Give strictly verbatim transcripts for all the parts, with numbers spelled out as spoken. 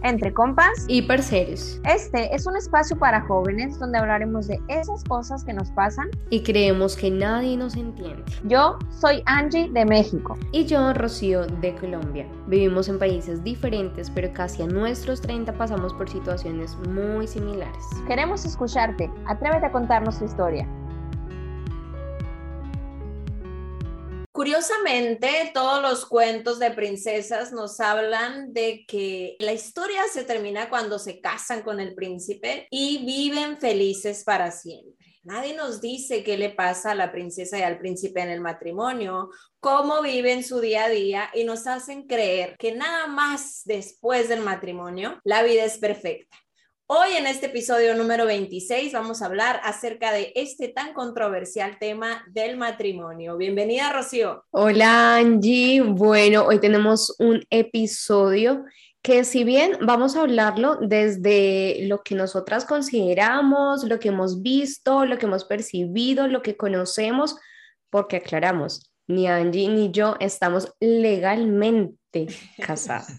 Entre compas y parceros. Este es un espacio para jóvenes donde hablaremos de esas cosas que nos pasan y creemos que nadie nos entiende. Yo soy Angie de México. Y yo, Rocío, de Colombia. Vivimos en países diferentes, pero casi a nuestros treinta pasamos por situaciones muy similares. Queremos escucharte. Atrévete a contarnos tu historia. Curiosamente, todos los cuentos de princesas nos hablan de que la historia se termina cuando se casan con el príncipe y viven felices para siempre. Nadie nos dice qué le pasa a la princesa y al príncipe en el matrimonio, cómo viven su día a día y nos hacen creer que nada más después del matrimonio la vida es perfecta. Hoy en este episodio número veintiséis vamos a hablar acerca de este tan controversial tema del matrimonio. Bienvenida, Rocío. Hola, Angie. Bueno, hoy tenemos un episodio que si bien vamos a hablarlo desde lo que nosotras consideramos, lo que hemos visto, lo que hemos percibido, lo que conocemos, porque aclaramos, ni Angie ni yo estamos legalmente casadas.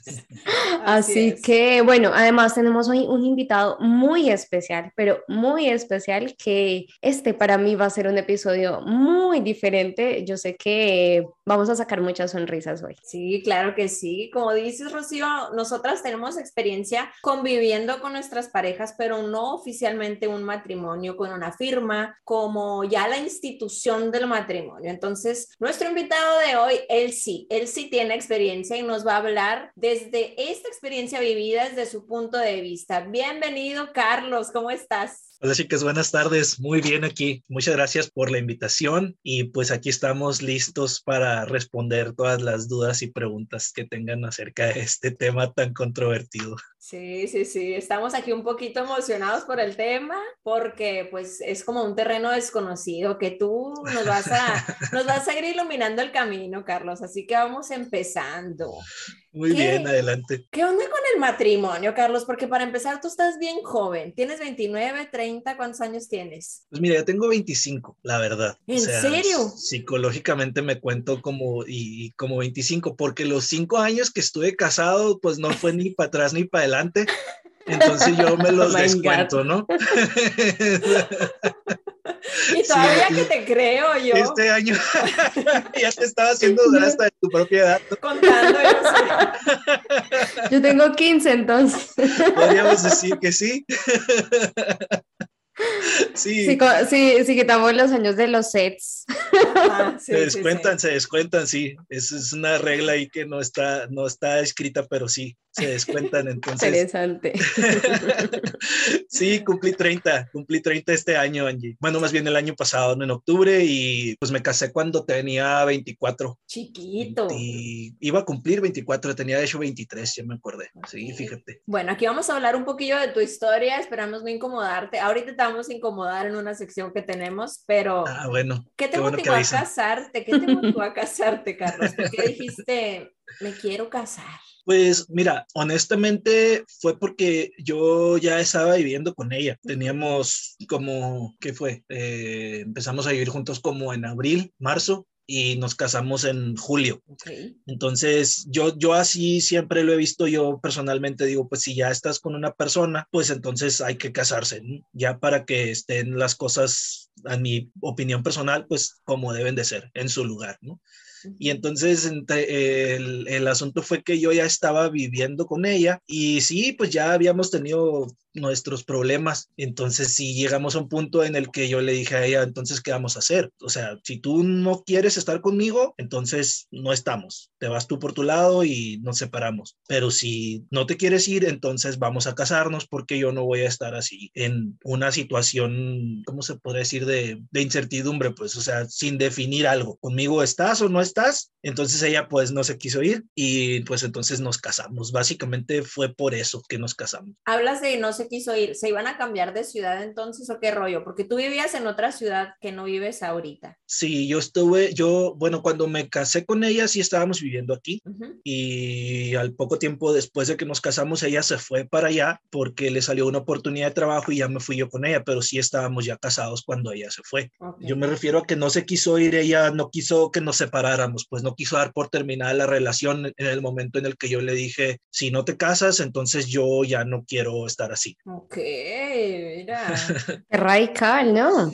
Así, Así que, bueno, además tenemos hoy un invitado muy especial, pero muy especial, que este para mí va a ser un episodio muy diferente. Yo sé que vamos a sacar muchas sonrisas hoy. Sí, claro que sí. Como dices, Rocío, nosotras tenemos experiencia conviviendo con nuestras parejas, pero no oficialmente un matrimonio con una firma, como ya la institución del matrimonio. Entonces, nuestro invitado de hoy, él sí, él sí tiene experiencia y nos va a hablar desde esta experiencia vivida, desde su punto de vista. Bienvenido, Carlos, ¿cómo estás? Hola chicas, buenas tardes, muy bien aquí, muchas gracias por la invitación y pues aquí estamos listos para responder todas las dudas y preguntas que tengan acerca de este tema tan controvertido. Sí, sí, sí, estamos aquí un poquito emocionados por el tema porque pues es como un terreno desconocido que tú nos vas a, nos vas a ir iluminando el camino, Carlos, así que vamos empezando. Muy bien, adelante. ¿Qué onda con el matrimonio, Carlos? Porque para empezar tú estás bien joven, tienes veintinueve, treinta, ¿cuántos años tienes? Pues mira, yo tengo veinticinco, la verdad. ¿En o sea, serio? Psicológicamente me cuento como, y, como veinticinco, porque los cinco años que estuve casado, pues no fue ni para atrás ni para adelante. Entonces yo me los oh descuento, God. ¿no? Y todavía sí, que te creo yo. Este año ya te estaba haciendo dudar hasta de tu propia edad, ¿no? Contando, yo sé. Yo tengo quince, entonces. Podríamos decir que sí. Sí. Sí, sí, sí, quitamos los años de los sets. Ajá, sí, se descuentan, sí, sí. se descuentan, sí. Es, es una regla ahí que no está, no está escrita, pero sí, se descuentan, entonces. Interesante. Sí, cumplí treinta, cumplí treinta este año, Angie. Bueno, más bien el año pasado, en octubre, y pues me casé cuando tenía veinticuatro. Chiquito. Y iba a cumplir veinticuatro, tenía de hecho veintitrés, ya me acordé. Sí, fíjate. Bueno, aquí vamos a hablar un poquillo de tu historia, esperamos no incomodarte. Ahorita te vamos a incomodar en una sección que tenemos, pero ah, bueno, ¿qué te bueno motivó a casarte? ¿Qué te motivó a casarte, Carlos? ¿Por qué dijiste, me quiero casar? Pues mira, honestamente fue porque yo ya estaba viviendo con ella. Teníamos como, ¿qué fue? Eh, empezamos a vivir juntos como en abril, marzo, y nos casamos en julio. Okay. Entonces, yo, yo así siempre lo he visto. Yo personalmente digo, pues si ya estás con una persona, pues entonces hay que casarse, ¿no? Ya para que estén las cosas, a mi opinión personal, pues como deben de ser, en su lugar, ¿no? Y entonces entre, el, el asunto fue que yo ya estaba viviendo con ella y sí, pues ya habíamos tenido nuestros problemas. Entonces sí llegamos a un punto en el que yo le dije a ella, entonces, ¿qué vamos a hacer? O sea, si tú no quieres estar conmigo, entonces no estamos. Te vas tú por tu lado y nos separamos. Pero si no te quieres ir, entonces vamos a casarnos porque yo no voy a estar así en una situación, ¿cómo se podría decir? De, de incertidumbre, pues, o sea, sin definir algo. ¿Conmigo estás o no estás? Entonces ella pues no se quiso ir y pues entonces nos casamos. Básicamente fue por eso que nos casamos. Hablas de no se se quiso ir? ¿Se iban a cambiar de ciudad entonces o qué rollo? Porque tú vivías en otra ciudad que no vives ahorita. Sí, yo estuve, yo, bueno, cuando me casé con ella, sí estábamos viviendo aquí. Uh-huh. Y al poco tiempo después de que nos casamos, ella se fue para allá porque le salió una oportunidad de trabajo y ya me fui yo con ella, pero sí estábamos ya casados cuando ella se fue. Okay. Yo me refiero a que no se quiso ir, ella no quiso que nos separáramos, pues no quiso dar por terminada la relación en el momento en el que yo le dije, si no te casas, entonces yo ya no quiero estar así. Ok, mira. Qué radical, ¿no?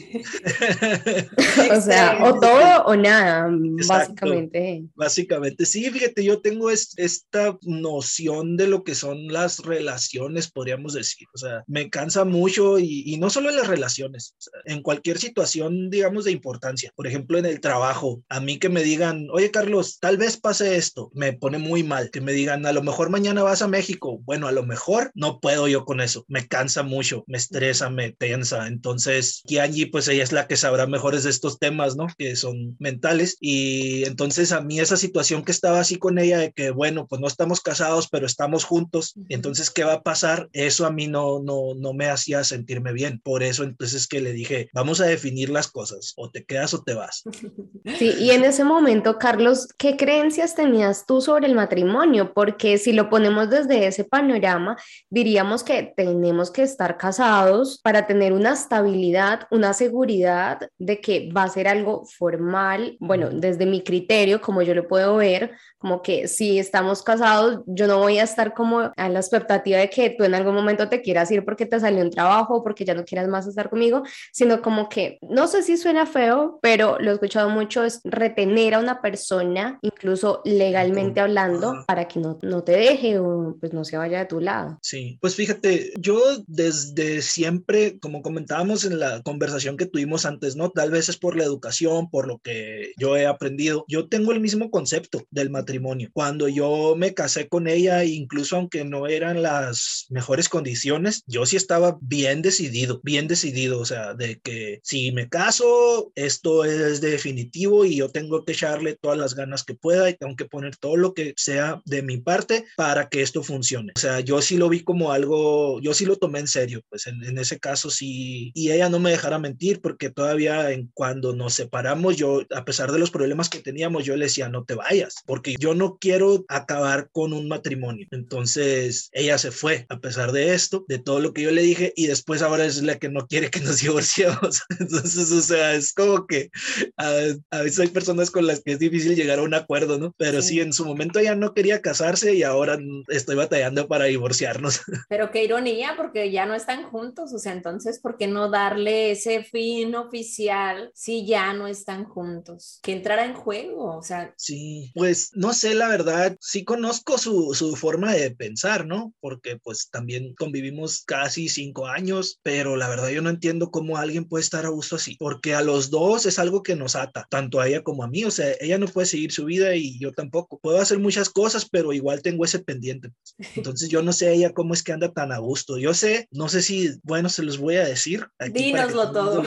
O sea, o todo o nada, exacto, básicamente. Básicamente, sí, fíjate, yo tengo es, esta noción de lo que son las relaciones, podríamos decir, o sea, me cansa mucho y, y no solo en las relaciones, o sea, en cualquier situación, digamos, de importancia. Por ejemplo, en el trabajo, a mí que me digan, oye, Carlos, tal vez pase esto, me pone muy mal. Que me digan, a lo mejor mañana vas a México. Bueno, a lo mejor no puedo yo con eso. Me cansa mucho, me estresa, me tensa. Entonces, Kianji, pues ella es la que sabrá mejores de estos temas, ¿no? Que son mentales. Y entonces a mí esa situación que estaba así con ella de que, bueno, pues no estamos casados, pero estamos juntos. Entonces, ¿qué va a pasar? Eso a mí no, no, no me hacía sentirme bien. Por eso entonces que le dije, vamos a definir las cosas. O te quedas o te vas. Sí, y en ese momento, Carlos, ¿qué creencias tenías tú sobre el matrimonio? Porque si lo ponemos desde ese panorama, diríamos que tenemos que estar casados para tener una estabilidad, una seguridad de que va a ser algo formal. Bueno, desde mi criterio, como yo lo puedo ver, como que si estamos casados, yo no voy a estar como a la expectativa de que tú en algún momento te quieras ir porque te salió un trabajo o porque ya no quieras más estar conmigo, sino como que, no sé si suena feo, pero lo he escuchado mucho, es retener a una persona, incluso legalmente hablando, Ajá. para que no, no te deje o pues no se vaya de tu lado. Sí, pues fíjate, yo desde siempre, como comentábamos en la conversación que tuvimos antes, ¿no? Tal vez es por la educación, por lo que yo he aprendido. Yo tengo el mismo concepto del matrimonio. Cuando yo me casé con ella, incluso aunque no eran las mejores condiciones, yo sí estaba bien decidido, bien decidido, o sea, de que si me caso, esto es definitivo y yo tengo que echarle todas las ganas que pueda y tengo que poner todo lo que sea de mi parte para que esto funcione. O sea, yo sí lo vi como algo, yo sí lo tomé en serio, pues en, en ese caso sí, y ella no me dejara mentir porque todavía en, cuando nos separamos, yo, a pesar de los problemas que teníamos, yo le decía, no te vayas, porque yo no quiero acabar con un matrimonio. Entonces, ella se fue a pesar de esto, de todo lo que yo le dije, y después ahora es la que no quiere que nos divorciemos. Entonces, o sea, es como que a, a veces hay personas con las que es difícil llegar a un acuerdo, ¿no? Pero sí, sí en su momento ella no quería casarse y ahora estoy batallando para divorciarnos. Pero qué ironía, porque ya no están juntos, o sea, entonces, ¿por qué no darle ese fin oficial si ya no están juntos? Que entrara en juego, o sea. Sí, pues no sé, la verdad, sí conozco su, su forma de pensar, ¿no? Porque pues también convivimos casi cinco años, pero la verdad yo no entiendo cómo alguien puede estar a gusto así, porque a los dos es algo que nos ata, tanto a ella como a mí, o sea, ella no puede seguir su vida y yo tampoco. Puedo hacer muchas cosas, pero igual tengo ese pendiente. Entonces yo no sé ella cómo es que anda tan a gusto. Yo sé, no sé si, bueno, se los voy a decir. Aquí dínoslo todo.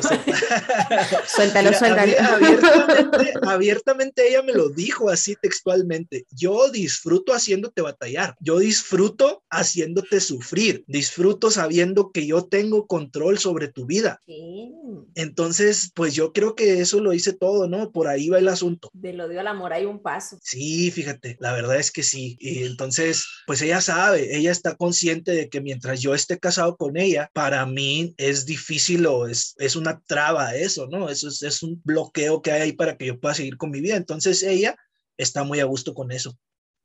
Suéltalo, Mira, suéltalo. Abiertamente, abiertamente ella me lo dijo así textualmente. Yo disfruto haciéndote batallar. Yo disfruto haciéndote sufrir. Disfruto sabiendo que yo tengo control sobre tu vida. Sí. Entonces, pues yo creo que eso lo hice todo, ¿no? Por ahí va el asunto. Del odio al amor hay un paso. Sí, fíjate, la verdad es que sí. Y entonces, pues ella sabe, ella está consciente de que mientras yo esté casado con ella, para mí es difícil o es, es una traba eso, ¿no? Eso es, es un bloqueo que hay ahí para que yo pueda seguir con mi vida. Entonces ella está muy a gusto con eso.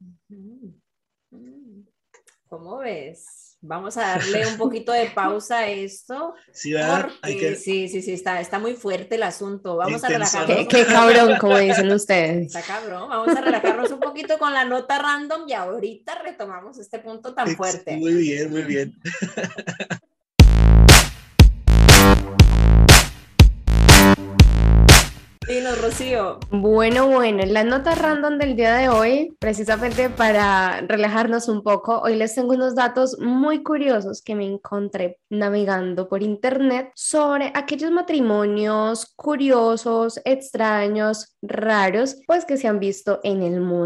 ¿Cómo ves? Vamos a darle un poquito de pausa a esto. Sí, ¿verdad? Porque que... sí, sí, sí, está, está muy fuerte el asunto. Vamos intenso, a relajarnos. ¿no? Qué, qué cabrón, como dicen ustedes. Está cabrón. Vamos a relajarnos un poquito con la nota random y ahorita retomamos este punto tan fuerte. Muy bien, muy bien. Dinos, Rocío. Bueno, bueno, la nota random del día de hoy, precisamente para relajarnos un poco, hoy les tengo unos datos muy curiosos que me encontré navegando por internet sobre aquellos matrimonios curiosos, extraños, raros, pues que se han visto en el mundo.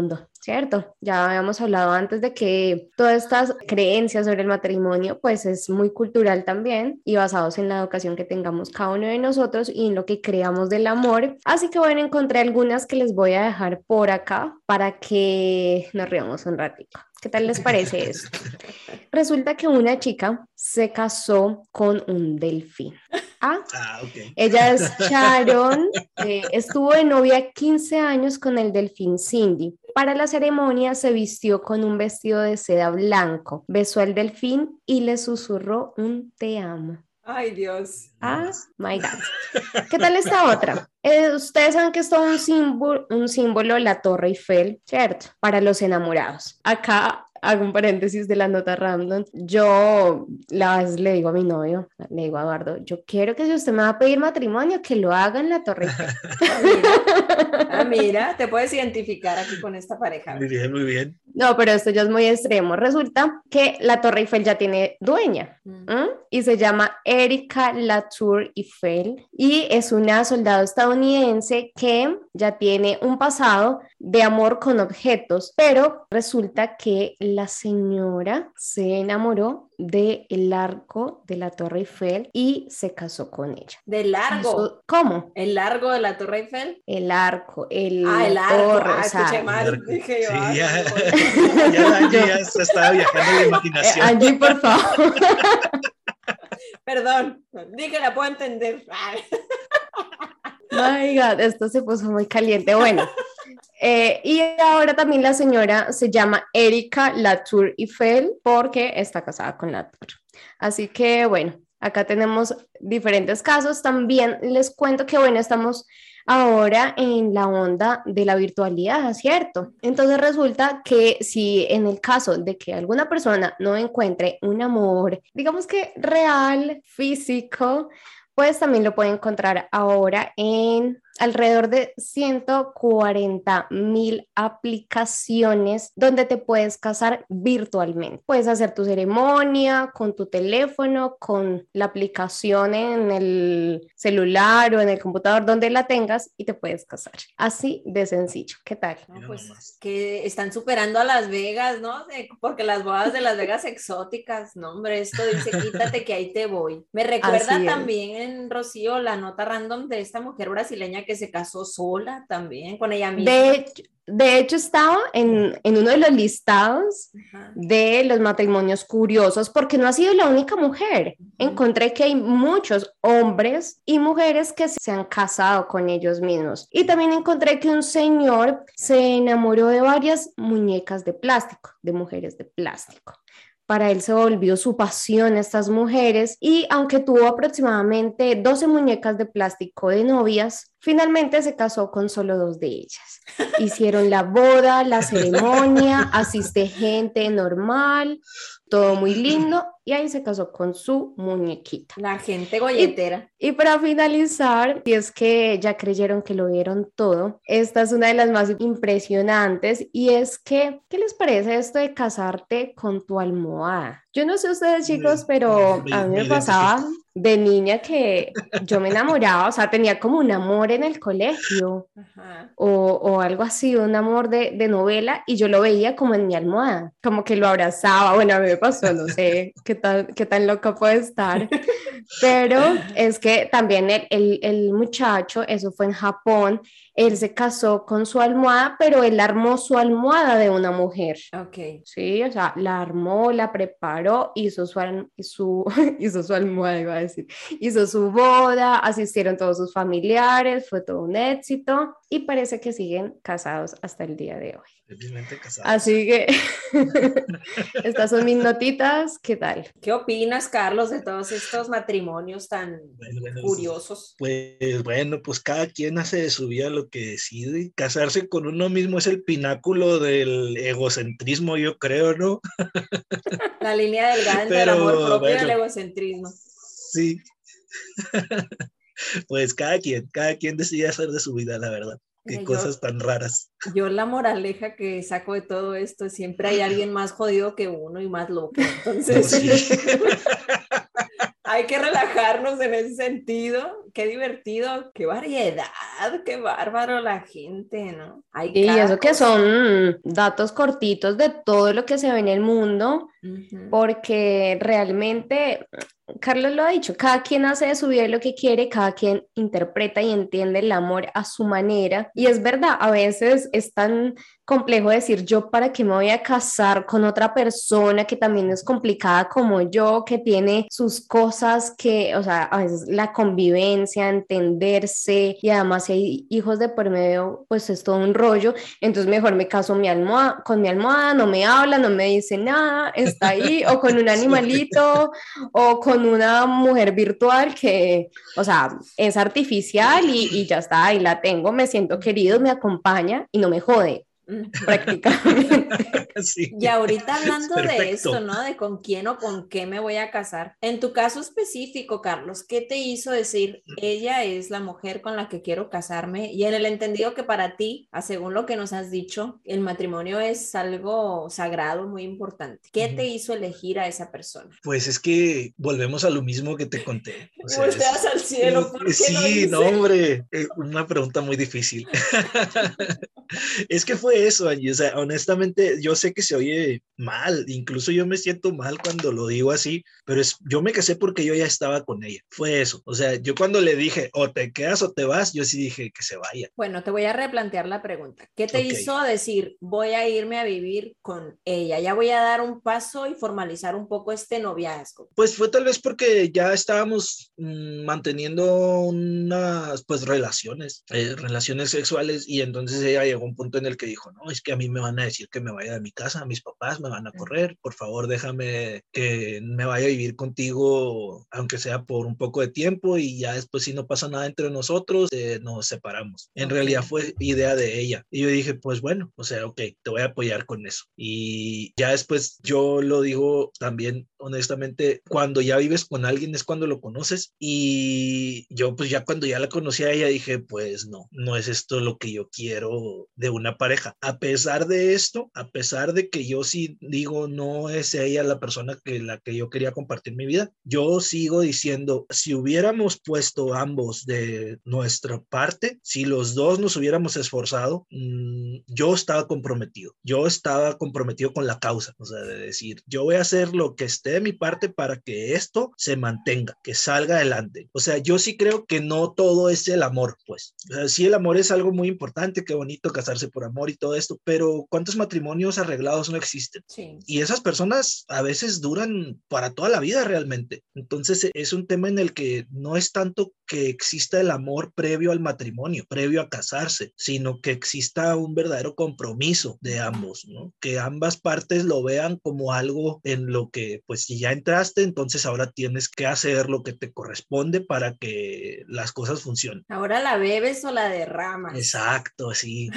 ¿cierto? Ya habíamos hablado antes de que todas estas creencias sobre el matrimonio pues es muy cultural también y basados en la educación que tengamos cada uno de nosotros y en lo que creamos del amor. Así que bueno, encontré algunas que les voy a dejar por acá para que nos riamos un ratito. ¿Qué tal les parece esto? Resulta que una chica se casó con un delfín. Ah, ah okay. Ella es Sharon, eh, estuvo de novia quince años con el delfín Cindy. Para la ceremonia se vistió con un vestido de seda blanco, besó al delfín y le susurró un te amo. Ay, Dios. Ah, my God. ¿Qué tal esta otra? Eh, ustedes saben que es todo un símbolo, un símbolo, la Torre Eiffel, ¿cierto? Para los enamorados. Acá hago un paréntesis de la nota random. Yo la vez le digo a mi novio, le digo a Eduardo, yo quiero que si usted me va a pedir matrimonio, que lo haga en la Torre Eiffel. Ah, mira, ah, mira, te puedes identificar aquí con esta pareja. Muy bien, muy bien. No, pero esto ya es muy extremo. Resulta que la Torre Eiffel ya tiene dueña, mm. ¿eh? Y se llama Erika Latour Eiffel y es una soldado estadounidense que ya tiene un pasado de amor con objetos, pero resulta que la señora se enamoró del arco de la Torre Eiffel y se casó con ella. ¿Del largo? Eso, ¿cómo? ¿El largo de la Torre Eiffel? El arco, el Ah, el arco, torre, ah, o sea, escuché mal, dije yo. Sí, ah, ya, no. ya Angie ya se estaba viajando de imaginación. Eh, Angie, por favor. Perdón, dije la puedo entender. My God, esto se puso muy caliente. Bueno, eh, y ahora también la señora se llama Erika Latour Eiffel porque está casada con Latour. Así que bueno, acá tenemos diferentes casos. También les cuento que bueno, estamos ahora en la onda de la virtualidad, ¿cierto? Entonces resulta que si en el caso de que alguna persona no encuentre un amor, digamos que real, físico, pues también lo puede encontrar ahora en alrededor de ciento cuarenta mil aplicaciones donde te puedes casar virtualmente. Puedes hacer tu ceremonia con tu teléfono, con la aplicación en el celular o en el computador, donde la tengas y te puedes casar. Así de sencillo. ¿Qué tal? No, pues que están superando a Las Vegas, ¿no? Porque las bodas de Las Vegas exóticas, no, hombre, esto dice quítate que ahí te voy. Me recuerda también, Rocío, la nota random de esta mujer brasileña que se casó sola también, con ella misma. De hecho, de hecho estaba en, en uno de los listados Ajá. de los matrimonios curiosos, porque no ha sido la única mujer. Uh-huh. Encontré que hay muchos hombres y mujeres que se han casado con ellos mismos. Y también encontré que un señor se enamoró de varias muñecas de plástico, de mujeres de plástico. Para él se volvió su pasión estas mujeres y aunque tuvo aproximadamente doce muñecas de plástico de novias, finalmente se casó con solo dos de ellas. Hicieron la boda, la ceremonia, asiste gente normal, todo muy lindo y ahí se casó con su muñequita. La gente golletera. Y, y para finalizar, y es que ya creyeron que lo vieron todo, esta es una de las más impresionantes y es que, ¿qué les parece esto de casarte con tu almohada? Yo no sé ustedes chicos, pero a mí me pasaba de niña que yo me enamoraba, o sea, tenía como un amor en el colegio o, o algo así, un amor de, de novela y yo lo veía como en mi almohada, como que lo abrazaba, bueno, a mí me pasó, no sé qué tan, qué tan loca puede estar, pero es que también el, el, el muchacho, eso fue en Japón, él se casó con su almohada, pero él armó su almohada de una mujer. Ok. Sí, o sea, la armó, la preparó, hizo su, su, hizo su almohada, iba a decir, hizo su boda, asistieron todos sus familiares, fue todo un éxito y parece que siguen casados hasta el día de hoy. Felizmente casados. Así que estas son mis notitas, ¿qué tal? ¿Qué opinas, Carlos, de todos estos matrimonios tan bueno, bueno, curiosos? Pues bueno, pues cada quien hace de su vida lo que decide. Casarse con uno mismo es el pináculo del egocentrismo, yo creo, ¿no? La línea delgada entre Pero, el amor propio bueno, y el egocentrismo. Sí. Pues cada quien, cada quien decide hacer de su vida, la verdad. Qué yo, cosas tan raras. Yo la moraleja que saco de todo esto es siempre hay alguien más jodido que uno y más loco. Entonces, no, sí. Hay que relajarnos en ese sentido. qué divertido, qué variedad, qué bárbaro la gente, ¿no? Hay Y cada eso que cosa. son datos cortitos de todo lo que se ve en el mundo, Ujú. porque realmente, Carlos lo ha dicho, cada quien hace de su vida lo que quiere, cada quien interpreta y entiende el amor a su manera. Y es verdad, a veces es tan complejo decir yo para qué me voy a casar con otra persona que también es complicada como yo, que tiene sus cosas que, o sea, a veces la convivencia, entenderse y además si hay hijos de por medio, pues es todo un rollo. Entonces mejor me caso mi almohada, con mi almohada, no me habla, no me dice nada, está ahí, o con un animalito, o con una mujer virtual que, o sea, es artificial y, y ya está, ahí la tengo, me siento querido, me acompaña y no me jode prácticamente. Sí, Y ahorita hablando de esto, perfecto. ¿no? De con quién o con qué me voy a casar. En tu caso específico, Carlos, ¿qué te hizo decir, ella es la mujer con la que quiero casarme? Y en el entendido que para ti, a según lo que nos has dicho, el matrimonio es algo sagrado, muy importante. ¿Qué te hizo elegir a esa persona? Pues es que volvemos a lo mismo que te conté. O sea, Volteas es, al cielo, ¿por qué lo sí, no, hice? hombre, eh, una pregunta muy difícil. Es que fue eso, Angie. O sea, honestamente, yo sé que se oye mal, incluso yo me siento mal cuando lo digo así, pero es, yo me casé porque yo ya estaba con ella. Fue eso. O sea, yo cuando le dije, o te quedas o te vas, yo sí dije que se vaya. Bueno, te voy a replantear la pregunta. ¿Qué te Ok. hizo decir, voy a irme a vivir con ella? Ya voy a dar un paso y formalizar un poco este noviazgo. Pues fue tal vez porque ya estábamos mmm, manteniendo unas pues relaciones, eh, relaciones sexuales y entonces ella llegó a un punto en el que dijo, no, es que a mí me van a decir que me vaya de mi casa, mis papás me van a correr, por favor déjame que me vaya a vivir contigo, aunque sea por un poco de tiempo y ya después si no pasa nada entre nosotros, eh, nos separamos. En Ok. realidad fue idea de ella y yo dije, pues bueno, o sea, ok, te voy a apoyar con eso. Y ya después yo lo digo también honestamente, cuando ya vives con alguien es cuando lo conoces y yo pues ya cuando ya la conocí a ella dije, pues no, no es esto lo que yo quiero de una pareja. A pesar de esto, a pesar de que yo sí digo, no es ella la persona que la que yo quería compartir mi vida, yo sigo diciendo, si hubiéramos puesto ambos de nuestra parte, si los dos nos hubiéramos esforzado, mmm, yo estaba comprometido, yo estaba comprometido con la causa, o sea, de decir, yo voy a hacer lo que esté de mi parte para que esto se mantenga, que salga adelante. O sea, yo sí creo que no todo es el amor, pues. O sea, sí el amor es algo muy importante, qué bonito casarse por amor y todo esto, pero ¿cuántos matrimonios arreglados no existen? Sí. Y esas personas a veces duran para toda la vida realmente. Entonces es un tema en el que no es tanto que exista el amor previo al matrimonio, previo a casarse, sino que exista un verdadero compromiso de ambos, ¿no? Que ambas partes lo vean como algo en lo que, pues si ya entraste, entonces ahora tienes que hacer lo que te corresponde para que las cosas funcionen. ¿Ahora la bebes o la derramas? Exacto, sí.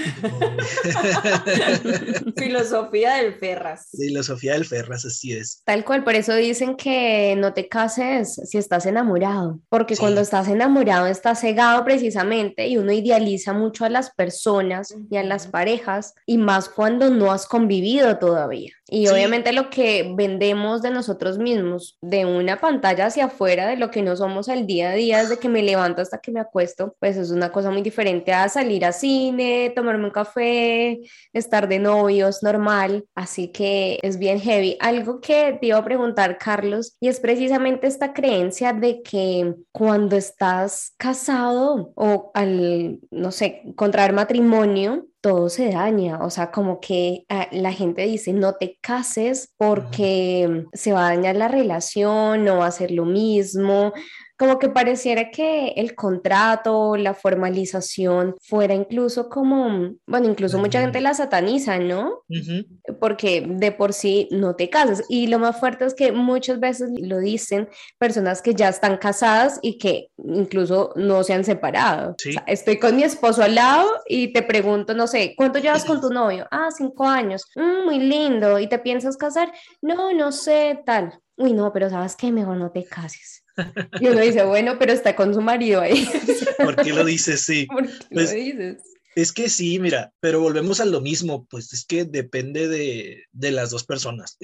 Filosofía del Ferraz. Filosofía del Ferraz, así es. Tal cual, por eso dicen que no te cases si estás enamorado, porque cuando Sí. estás enamorado estás cegado precisamente y uno idealiza mucho a las personas y a las Ujú. parejas y más cuando no has convivido todavía. Y Sí, obviamente lo que vendemos de nosotros mismos, de una pantalla hacia afuera, de lo que no somos al día a día, desde que me levanto hasta que me acuesto, pues es una cosa muy diferente a salir a cine, tomarme un café, estar de novios, normal. Así que es bien heavy. Algo que te iba a preguntar, Carlos, y es precisamente esta creencia de que cuando estás casado o al, no sé, contraer matrimonio, todo se daña, o sea, como que uh, la gente dice no te cases porque se va a dañar la relación, no va a ser lo mismo, como que pareciera que el contrato, la formalización fuera incluso como, bueno, incluso mucha gente dañino. la sataniza, ¿no? Ujú. Porque de por sí no te casas. Y lo más fuerte es que muchas veces lo dicen personas que ya están casadas y que incluso no se han separado. O sea, Sí. estoy con mi esposo al lado y te pregunto, no sé, ¿cuánto llevas con tu novio? Ah, cinco años. Mm, muy lindo. ¿Y te piensas casar? No, no sé, tal. Uy, no, pero ¿sabes qué? Mejor no te cases. Y uno dice, bueno, pero está con su marido ahí. ¿Por qué lo dices? Sí. ¿Por qué lo Pues dices? Es que sí, mira, pero volvemos a lo mismo, pues es que depende de, de las dos personas.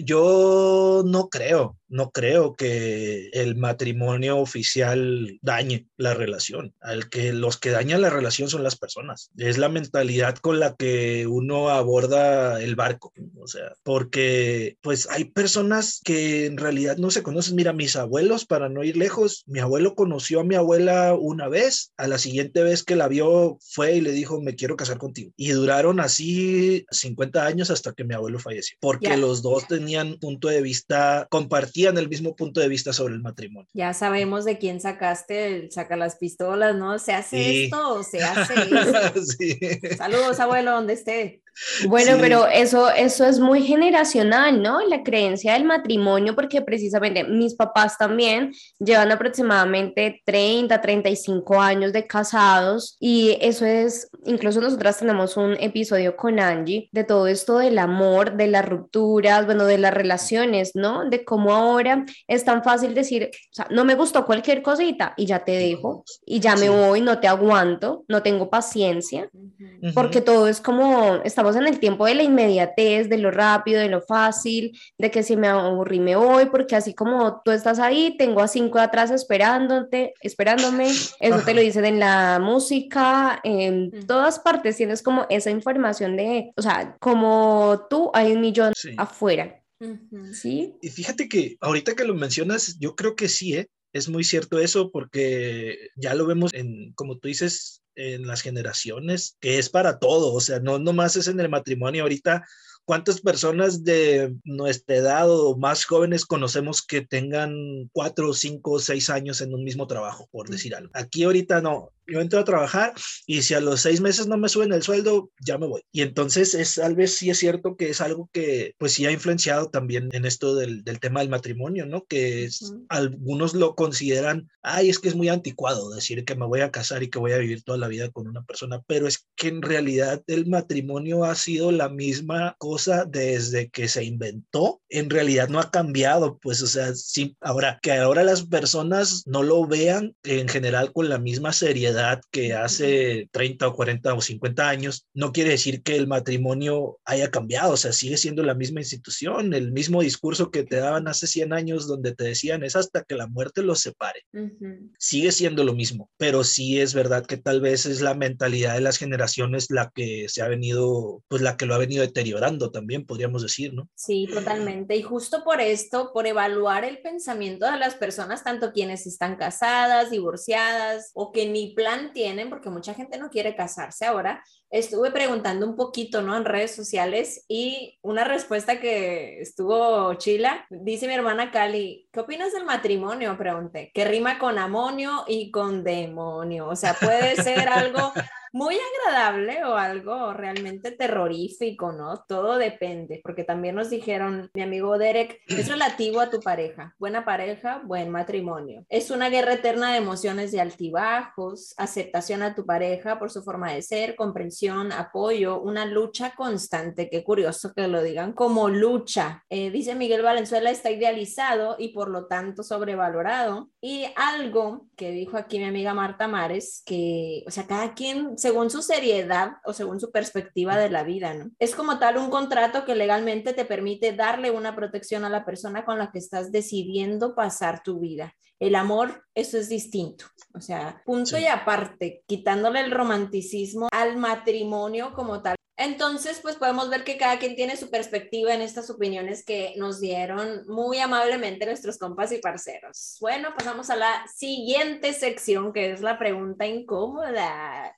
Yo no creo, no creo que el matrimonio oficial dañe la relación. Al que los que dañan la relación son las personas. Es la mentalidad con la que uno aborda el barco, o sea, porque pues hay personas que en realidad no se conocen. Mira, mis abuelos, para no ir lejos, mi abuelo conoció a mi abuela una vez, a la siguiente vez que la vio fue y le dijo, me quiero casar contigo. Y duraron así cincuenta años hasta que mi abuelo falleció, porque Ya, los dos tenían punto de vista, compartían el mismo punto de vista sobre el matrimonio. ya sabemos de quién sacaste el saca las pistolas, ¿no? ¿Se hace Y esto o se hace esto? sí, Saludos, abuelo, donde esté. Bueno, sí, pero eso, eso es muy generacional, ¿no? La creencia del matrimonio, porque precisamente mis papás también llevan aproximadamente treinta, treinta y cinco años de casados y eso es, incluso nosotras tenemos un episodio con Angie de todo esto del amor, de las rupturas, bueno, de las relaciones, ¿no? De cómo ahora es tan fácil decir, o sea, no me gustó cualquier cosita y ya te dejo y ya me sí. voy, no te aguanto, no tengo paciencia. Ujú. Porque Ujú. todo es como, estamos en el tiempo de la inmediatez, de lo rápido, de lo fácil, de que si me aburrí me voy, porque así como tú estás ahí, tengo a cinco de atrás esperándote, esperándome, eso te lo Ajá. dicen en la música, en Mm. todas partes tienes como esa información de, o sea, como tú hay un millón Sí. afuera, Ujú. ¿sí? Y fíjate que ahorita que lo mencionas, yo creo que sí, ¿eh? Es muy cierto eso porque ya lo vemos en, como tú dices, en las generaciones, que es para todo, o sea, no nomás es en el matrimonio. Ahorita, ¿cuántas personas de nuestra edad o más jóvenes conocemos que tengan cuatro, cinco, seis años en un mismo trabajo, por decir algo? Aquí ahorita no. Yo entro a trabajar y si a los seis meses no me suben el sueldo, ya me voy. Y entonces es, tal vez sí es cierto que es algo que pues sí ha influenciado también en esto del, del tema del matrimonio, ¿no? Que es, Ujú. algunos lo consideran, ay, es que es muy anticuado decir que me voy a casar y que voy a vivir toda la vida con una persona, pero es que en realidad el matrimonio ha sido la misma cosa desde que se inventó. En realidad no ha cambiado, pues, o sea, sí, ahora que ahora las personas no lo vean en general con la misma seriedad que hace treinta o cuarenta o cincuenta años, no quiere decir que el matrimonio haya cambiado, o sea, sigue siendo la misma institución, el mismo discurso que te daban hace cien años donde te decían es hasta que la muerte los separe. Ujú. Sigue siendo lo mismo, pero sí es verdad que tal vez es la mentalidad de las generaciones la que se ha venido, pues la que lo ha venido deteriorando también, podríamos decir, ¿no? Sí, totalmente. Y justo por esto, por evaluar el pensamiento de las personas, tanto quienes están casadas, divorciadas o que ni plan tienen, porque mucha gente no quiere casarse ahora, estuve preguntando un poquito, ¿no? En redes sociales y una respuesta que estuvo chila, dice mi hermana Cali, ¿qué opinas del matrimonio? Pregunté, que rima con amonio y con demonio. O sea, puede ser algo muy agradable o algo realmente terrorífico, ¿no? Todo depende, porque también nos dijeron, mi amigo Derek, es relativo a tu pareja. Buena pareja, buen matrimonio. Es una guerra eterna de emociones de altibajos, aceptación a tu pareja por su forma de ser, comprensión, apoyo, una lucha constante. Qué curioso que lo digan como lucha. Eh, dice Miguel Valenzuela, está idealizado y por lo tanto sobrevalorado. Y algo que dijo aquí mi amiga Marta Mares, que, o sea, cada quien según su seriedad o según su perspectiva de la vida, ¿no? Es como tal un contrato que legalmente te permite darle una protección a la persona con la que estás decidiendo pasar tu vida. El amor, eso es distinto. O sea, punto y Sí. aparte, quitándole el romanticismo al matrimonio como tal. Entonces, pues podemos ver que cada quien tiene su perspectiva en estas opiniones que nos dieron muy amablemente nuestros compas y parceros. Bueno, pasamos a la siguiente sección, que es la pregunta incómoda.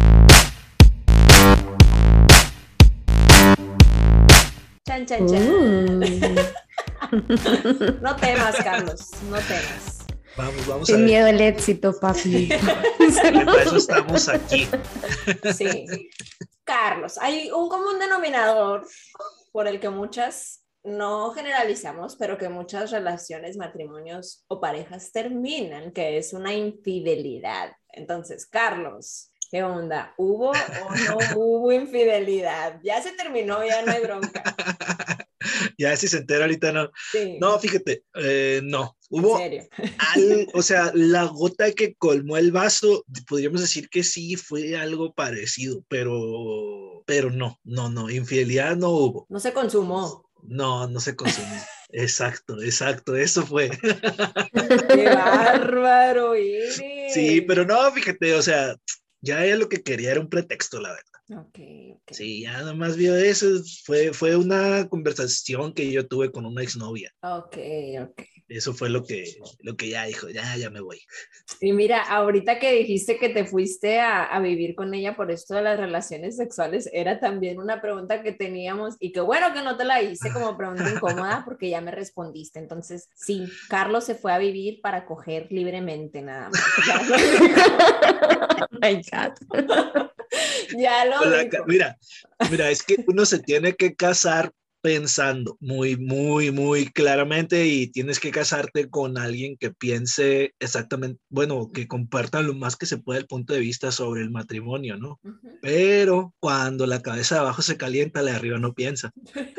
Chan, chan, chan. Uh. No temas, Carlos, no temas. Vamos, vamos a Sin ver. miedo al éxito, papi. Para eso estamos aquí. Sí. Carlos, hay un común denominador por el que muchas, no generalizamos, pero que muchas relaciones, matrimonios o parejas terminan, que es una infidelidad. Entonces, Carlos, ¿qué onda? ¿Hubo o no hubo infidelidad? Ya se terminó, ya no hay bronca. Ya si se entera ahorita no. Sí. No, fíjate, eh, no. Hubo, ¿En serio? al, o sea, la gota que colmó el vaso, podríamos decir que sí fue algo parecido, pero, pero no, no, no, infidelidad no hubo. No se consumó. No, no se consumió. Exacto, exacto, eso fue. ¡Qué bárbaro Sí, eres! pero no, fíjate, o sea, ya ella lo que quería era un pretexto, la verdad. Ok, ok. Sí, ya nomás vio eso, fue, fue una conversación que yo tuve con una exnovia. Ok, ok. Eso fue lo que, lo que ya dijo, ya, ya me voy. Y mira, ahorita que dijiste que te fuiste a, a vivir con ella por esto de las relaciones sexuales, era también una pregunta que teníamos y qué bueno que no te la hice como pregunta incómoda porque ya me respondiste. Entonces, sí, Carlos se fue a vivir para coger libremente nada más. Ya lo dijo. My God. Ya lo La, dijo. mira, mira, es que uno se tiene que casar pensando muy, muy, muy claramente y tienes que casarte con alguien que piense exactamente, bueno, que comparta lo más que se pueda el punto de vista sobre el matrimonio, ¿no? Uh-huh. Pero cuando la cabeza de abajo se calienta, la de arriba no piensa.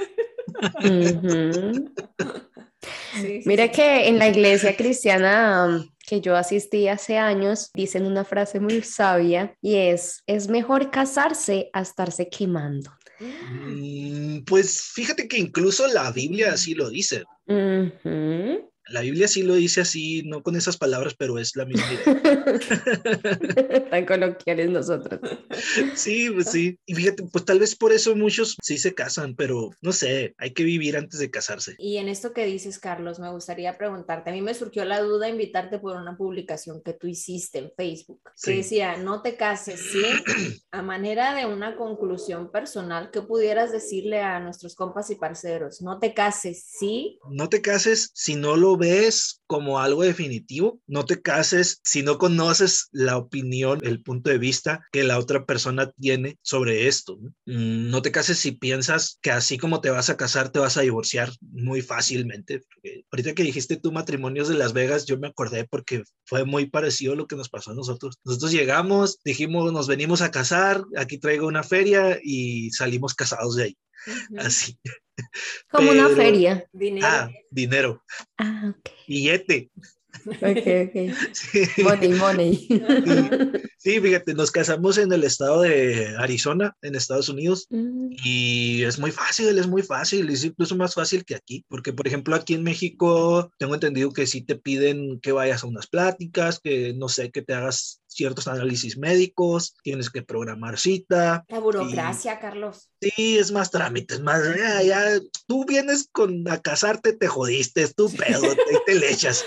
Uh-huh. Sí, sí, Mira sí. que en la iglesia cristiana que yo asistí hace años, dicen una frase muy sabia y es, es mejor casarse a estarse quemando. Mm, pues fíjate que incluso la Biblia así lo dice. Uh-huh. La Biblia sí lo dice así, no con esas palabras, pero es la misma idea. Tan coloquiales nosotros. Sí, pues sí. Y fíjate, pues tal vez por eso muchos sí se casan, pero no sé, hay que vivir antes de casarse. Y en esto que dices, Carlos, me gustaría preguntarte, a mí me surgió la duda de invitarte por una publicación que tú hiciste en Facebook, que Sí. decía, no te cases, ¿sí? A manera de una conclusión personal, ¿qué pudieras decirle a nuestros compas y parceros? No te cases, ¿sí? No te cases si no lo ves como algo definitivo. No te cases si no conoces la opinión, el punto de vista que la otra persona tiene sobre esto. No, no te cases si piensas que así como te vas a casar, te vas a divorciar muy fácilmente. Porque ahorita que dijiste tú matrimonios de Las Vegas, yo me acordé porque fue muy parecido a lo que nos pasó a nosotros. Nosotros llegamos, dijimos, nos venimos a casar, aquí traigo una feria y salimos casados de ahí. Uh-huh. Así. Como Pero, una feria. Dinero. Ah, dinero. Ah, ok. Billete. Ok, ok. Sí. Money, money. Sí. Sí, fíjate, nos casamos en el estado de Arizona, en Estados Unidos, mm. y es muy fácil, es muy fácil, es incluso más fácil que aquí, porque por ejemplo aquí en México tengo entendido que sí te piden que vayas a unas pláticas, que no sé, que te hagas ciertos análisis médicos, tienes que programar cita. La burocracia, y... Carlos. Sí, es más trámites, más, ya, ya, tú vienes con a casarte, te jodiste, es tu pedo, te, te le echas.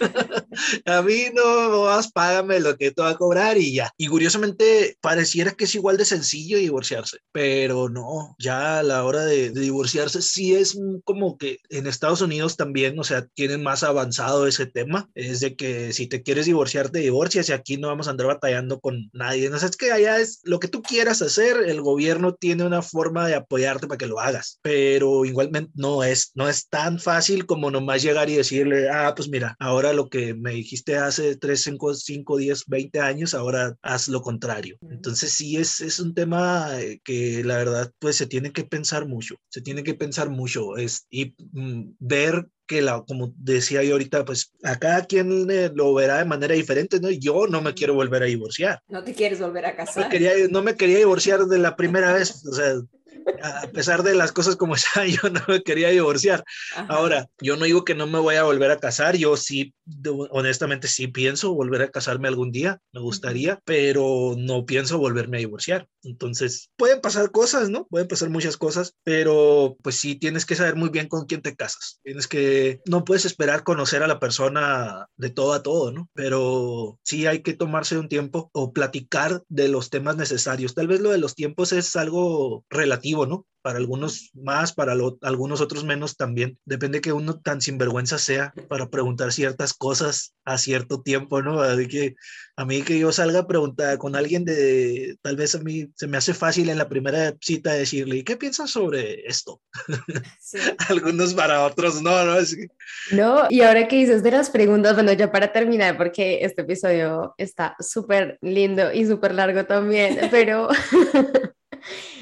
A mí no, vas, págame lo que te va a cobrar y ya. Y curiosamente pareciera que es igual de sencillo divorciarse, pero no, ya a la hora de, de divorciarse sí es como que en Estados Unidos también, o sea, tienen más avanzado ese tema, es de que si te quieres divorciar, te divorcias y aquí no vamos a andar batallando con nadie, no sé, es que allá es lo que tú quieras hacer, el gobierno tiene una forma de apoyarte para que lo hagas, pero igualmente no es, no es tan fácil como nomás llegar y decirle, ah, pues mira, ahora lo que me dijiste hace tres, cinco, diez, veinte años, ahora haz lo contrario. Entonces sí es, es un tema que la verdad pues se tiene que pensar mucho, se tiene que pensar mucho es, y mm, ver que la, como decía yo ahorita, pues a cada quien eh, lo verá de manera diferente, ¿no? Yo no me quiero volver a divorciar. No te quieres volver a casar. No, quería, no me quería divorciar de la primera vez, o sea, a pesar de las cosas como están, yo no me quería divorciar. Ajá. Ahora, yo no digo que no me voy a volver a casar, yo sí, honestamente sí pienso volver a casarme algún día, me gustaría, uh-huh. pero no pienso volverme a divorciar. Entonces, pueden pasar cosas, ¿no? Pueden pasar muchas cosas, pero pues sí tienes que saber muy bien con quién te casas. Tienes que, no puedes esperar conocer a la persona de todo a todo, ¿no? Pero sí hay que tomarse un tiempo o platicar de los temas necesarios. Tal vez lo de los tiempos es algo relativo, ¿no? Para algunos más, para lo, algunos otros menos también. Depende que uno tan sinvergüenza sea para preguntar ciertas cosas a cierto tiempo, ¿no? Así que a mí que yo salga a preguntar con alguien de, tal vez a mí se me hace fácil en la primera cita decirle, ¿qué piensas sobre esto? Sí. Algunos para otros no, ¿no? Así que... No, y ahora que dices de las preguntas, bueno, ya para terminar, porque este episodio está súper lindo y súper largo también, pero...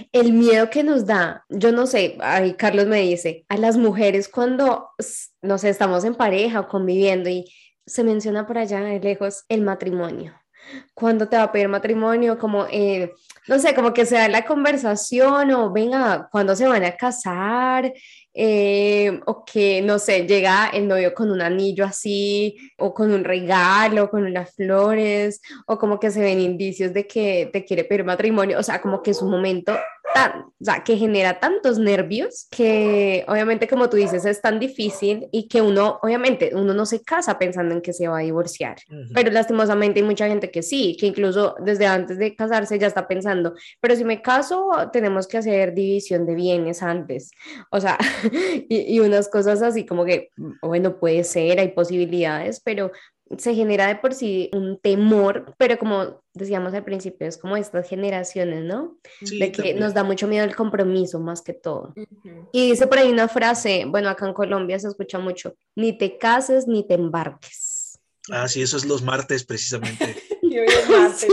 el miedo que nos da, yo no sé, ahí Carlos me dice, a las mujeres cuando, no sé, estamos en pareja o conviviendo y se menciona por allá de lejos el matrimonio. ¿Cuándo te va a pedir matrimonio? Como, eh, no sé, como que se da la conversación o venga, ¿cuándo se van a casar? Eh, o que, no sé, llega el novio con un anillo así, o con un regalo, con unas flores, o como que se ven indicios de que te quiere pedir matrimonio, o sea, como que es un momento tan, o sea, que genera tantos nervios que obviamente, como tú dices, es tan difícil y que uno, obviamente, uno no se casa pensando en que se va a divorciar, uh-huh. Pero lastimosamente hay mucha gente que sí, que incluso desde antes de casarse ya está pensando, pero si me caso, tenemos que hacer división de bienes antes, o sea, y, y unas cosas así como que, bueno, puede ser, hay posibilidades, pero se genera de por sí un temor, pero como decíamos al principio, es como estas generaciones, ¿no? Sí, de que también nos da mucho miedo el compromiso más que todo. Uh-huh. Y dice por ahí una frase, bueno, acá en Colombia se escucha mucho, ni te cases ni te embarques. Ah, sí, eso es los martes precisamente. Y hoy es martes.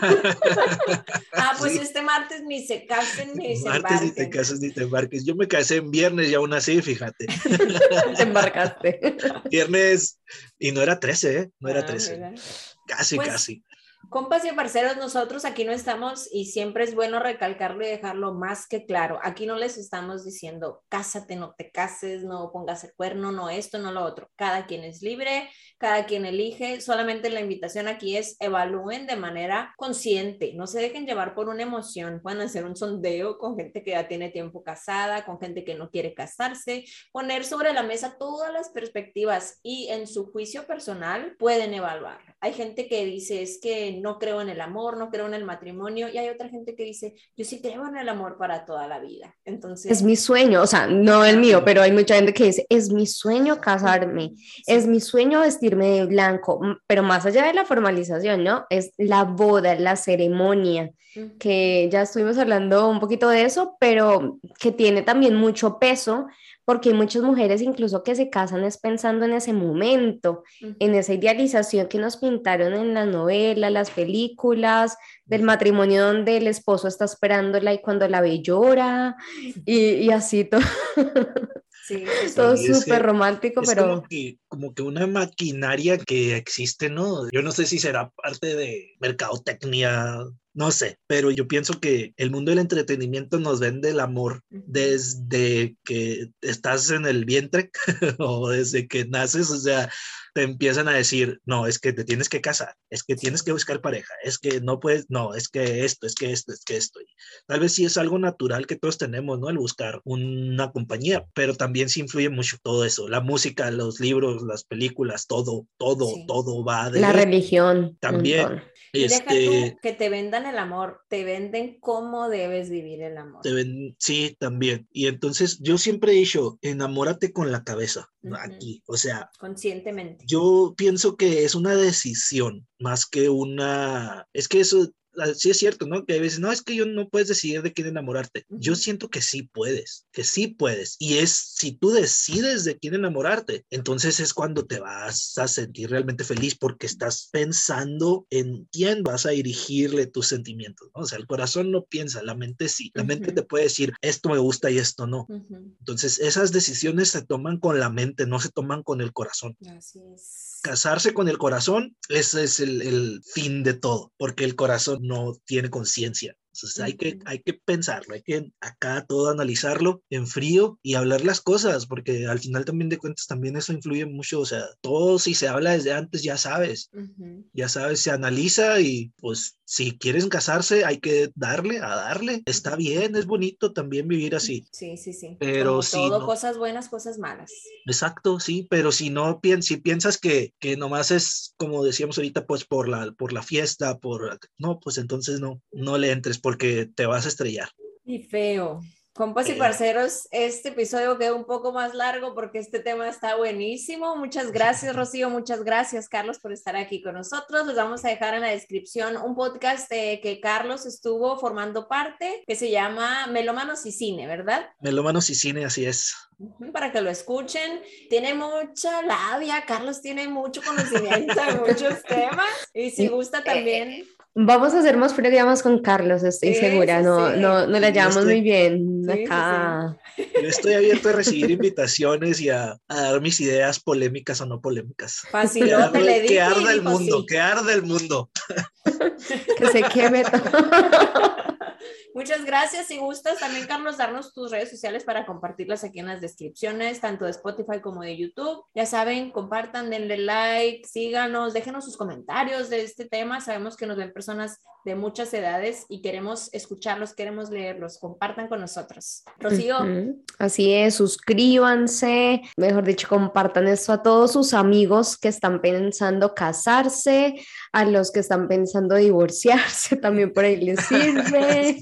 Ah, pues sí. Este martes ni se casen ni se embarquen. Martes ni te cases ni te embarques. Yo me casé en viernes y aún así, fíjate. Te embarcaste. Viernes, y no era trece, ¿eh? No era ah, trece. Mira. Casi, pues, casi. Compas y parceros, nosotros aquí no estamos, y siempre es bueno recalcarlo y dejarlo más que claro, aquí no les estamos diciendo cásate, no te cases, no pongas el cuerno, no esto, no lo otro. Cada quien es libre, cada quien elige, solamente la invitación aquí es evalúen de manera consciente, no se dejen llevar por una emoción, pueden hacer un sondeo con gente que ya tiene tiempo casada, con gente que no quiere casarse, poner sobre la mesa todas las perspectivas y en su juicio personal pueden evaluar. Hay gente que dice es que no creo en el amor, no creo en el matrimonio, y hay otra gente que dice, yo sí creo en el amor para toda la vida. Entonces, es mi sueño, o sea, no el mío, pero hay mucha gente que dice, es mi sueño casarme, sí. Es mi sueño vestirme de blanco, pero más allá de la formalización, ¿no? Es la boda, la ceremonia, uh-huh. Que ya estuvimos hablando un poquito de eso, pero que tiene también mucho peso, porque hay muchas mujeres incluso que se casan es pensando en ese momento, uh-huh. En esa idealización que nos pintaron en las novelas, las películas, del matrimonio donde el esposo está esperándola y cuando la ve llora, y, y así todo. Sí, todo sí, súper romántico, es pero... Como que, como que una maquinaria que existe, ¿no? Yo no sé si será parte de mercadotecnia, no sé, pero yo pienso que el mundo del entretenimiento nos vende el amor desde que estás en el vientre o desde que naces, o sea, te empiezan a decir, no, es que te tienes que casar, es que tienes que buscar pareja, es que no puedes, no, es que esto, es que esto, es que esto. Tal vez sí es algo natural que todos tenemos, ¿no? El buscar una compañía, pero también sí influye mucho todo eso, la música, los libros, las películas, todo, todo, sí. todo va de... La religión. También. Y este, deja tú que te vendan el amor, te venden cómo debes vivir el amor. Te ven, sí, también. Y entonces yo siempre he dicho, enamórate con la cabeza, uh-huh. Aquí, o sea. Conscientemente. Yo pienso que es una decisión más que una, es que eso... Sí es cierto, ¿no? Que a veces, no, es que yo no puedes decidir de quién enamorarte. Uh-huh. Yo siento que sí puedes, que sí puedes. Y es, si tú decides de quién enamorarte, entonces es cuando te vas a sentir realmente feliz porque estás pensando en quién vas a dirigirle tus sentimientos, ¿no? O sea, el corazón no piensa, la mente sí. La uh-huh. mente te puede decir, esto me gusta y esto no. Uh-huh. Entonces, esas decisiones se toman con la mente, no se toman con el corazón. Así es. Casarse con el corazón, ese es el, el fin de todo, porque el corazón no tiene conciencia. Entonces hay que, hay que pensarlo, hay que acá todo analizarlo en frío y hablar las cosas, porque al final también de cuentas también eso influye mucho, o sea, todo si se habla desde antes ya sabes, uh-huh. ya sabes, se analiza y pues si quieren casarse hay que darle, a darle, está bien, es bonito también vivir así. Sí, sí, sí. Pero como si todo, no, cosas buenas, cosas malas. Exacto, sí, pero si no piensas, si piensas que, que nomás es, como decíamos ahorita, pues por la, por la fiesta, por, no, pues entonces no, no le entres porque te vas a estrellar. Y feo. Compas y Eh. parceros, este episodio quedó un poco más largo porque este tema está buenísimo. Muchas gracias, Rocío. Muchas gracias, Carlos, por estar aquí con nosotros. Les vamos a dejar en la descripción un podcast de que Carlos estuvo formando parte, que se llama Melómanos y Cine, ¿verdad? Melómanos y Cine, así es. Para que lo escuchen. Tiene mucha labia. Carlos tiene mucho conocimiento de muchos temas. Y si gusta también... Vamos a hacer más programas con Carlos, estoy Sí, segura, sí, no, sí. no, no la Yo llevamos estoy, muy bien Sí, sí, acá. yo estoy abierto a recibir invitaciones y a, a dar mis ideas polémicas o no polémicas. Que Facilote, le arde, que dije y arda el dijo mundo, sí. que arda el mundo. Que se queme todo. Muchas gracias. Si gustas también, Carlos, darnos tus redes sociales para compartirlas aquí en las descripciones, tanto de Spotify como de YouTube. Ya saben, compartan, denle like, síganos, déjenos sus comentarios de este tema. Sabemos que nos ven personas de muchas edades y queremos escucharlos, queremos leerlos. Compartan con nosotros. Rocío. Uh-huh. Así es, suscríbanse, mejor dicho, compartan esto a todos sus amigos que están pensando casarse, a los que están pensando divorciarse, también por ahí les sirve.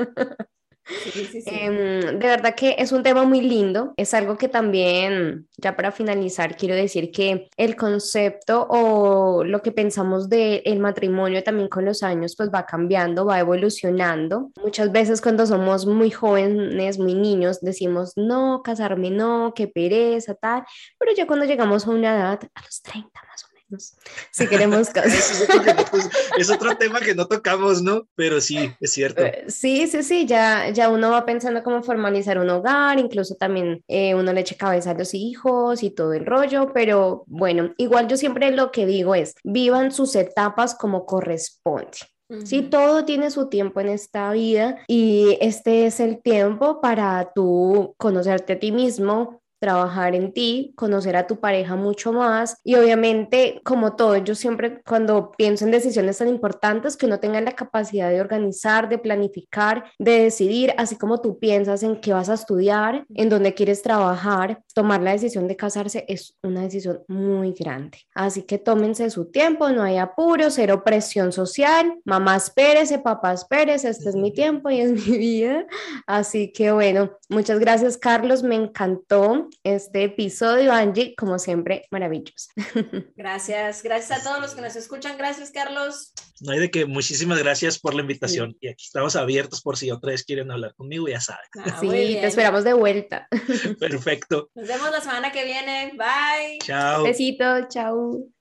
Sí, sí, sí. Eh, de verdad que es un tema muy lindo, es algo que también, ya para finalizar, quiero decir que el concepto o lo que pensamos del matrimonio también con los años pues va cambiando, va evolucionando. Muchas veces cuando somos muy jóvenes, muy niños, decimos, no, casarme no, qué pereza, tal, pero ya cuando llegamos a una edad, a los treinta más o menos, si queremos casar. es, otro que no, es otro tema que no tocamos, ¿no? Pero sí, es cierto. Sí, sí, sí, ya, ya uno va pensando cómo formalizar un hogar, incluso también eh, uno le echa cabeza a los hijos y todo el rollo, pero bueno, igual yo siempre lo que digo es, vivan sus etapas como corresponde. Uh-huh. Sí, todo tiene su tiempo en esta vida y este es el tiempo para tú conocerte a ti mismo, trabajar en ti, conocer a tu pareja mucho más y obviamente como todo, yo siempre cuando pienso en decisiones tan importantes que uno tenga la capacidad de organizar, de planificar, de decidir, así como tú piensas en qué vas a estudiar, en dónde quieres trabajar, tomar la decisión de casarse es una decisión muy grande, así que tómense su tiempo, no hay apuro, cero presión social, mamá espérese, papá espérese, este es mi tiempo y es mi vida, así que bueno, muchas gracias Carlos, me encantó este episodio, Angie, como siempre, maravilloso. Gracias, gracias a todos los que nos escuchan, gracias Carlos. No hay de que, muchísimas gracias por la invitación, sí. Y aquí estamos abiertos por si otra vez quieren hablar conmigo, ya saben. Ah, sí, te esperamos de vuelta. Perfecto. Nos vemos la semana que viene, bye. Chao. Besito, chao.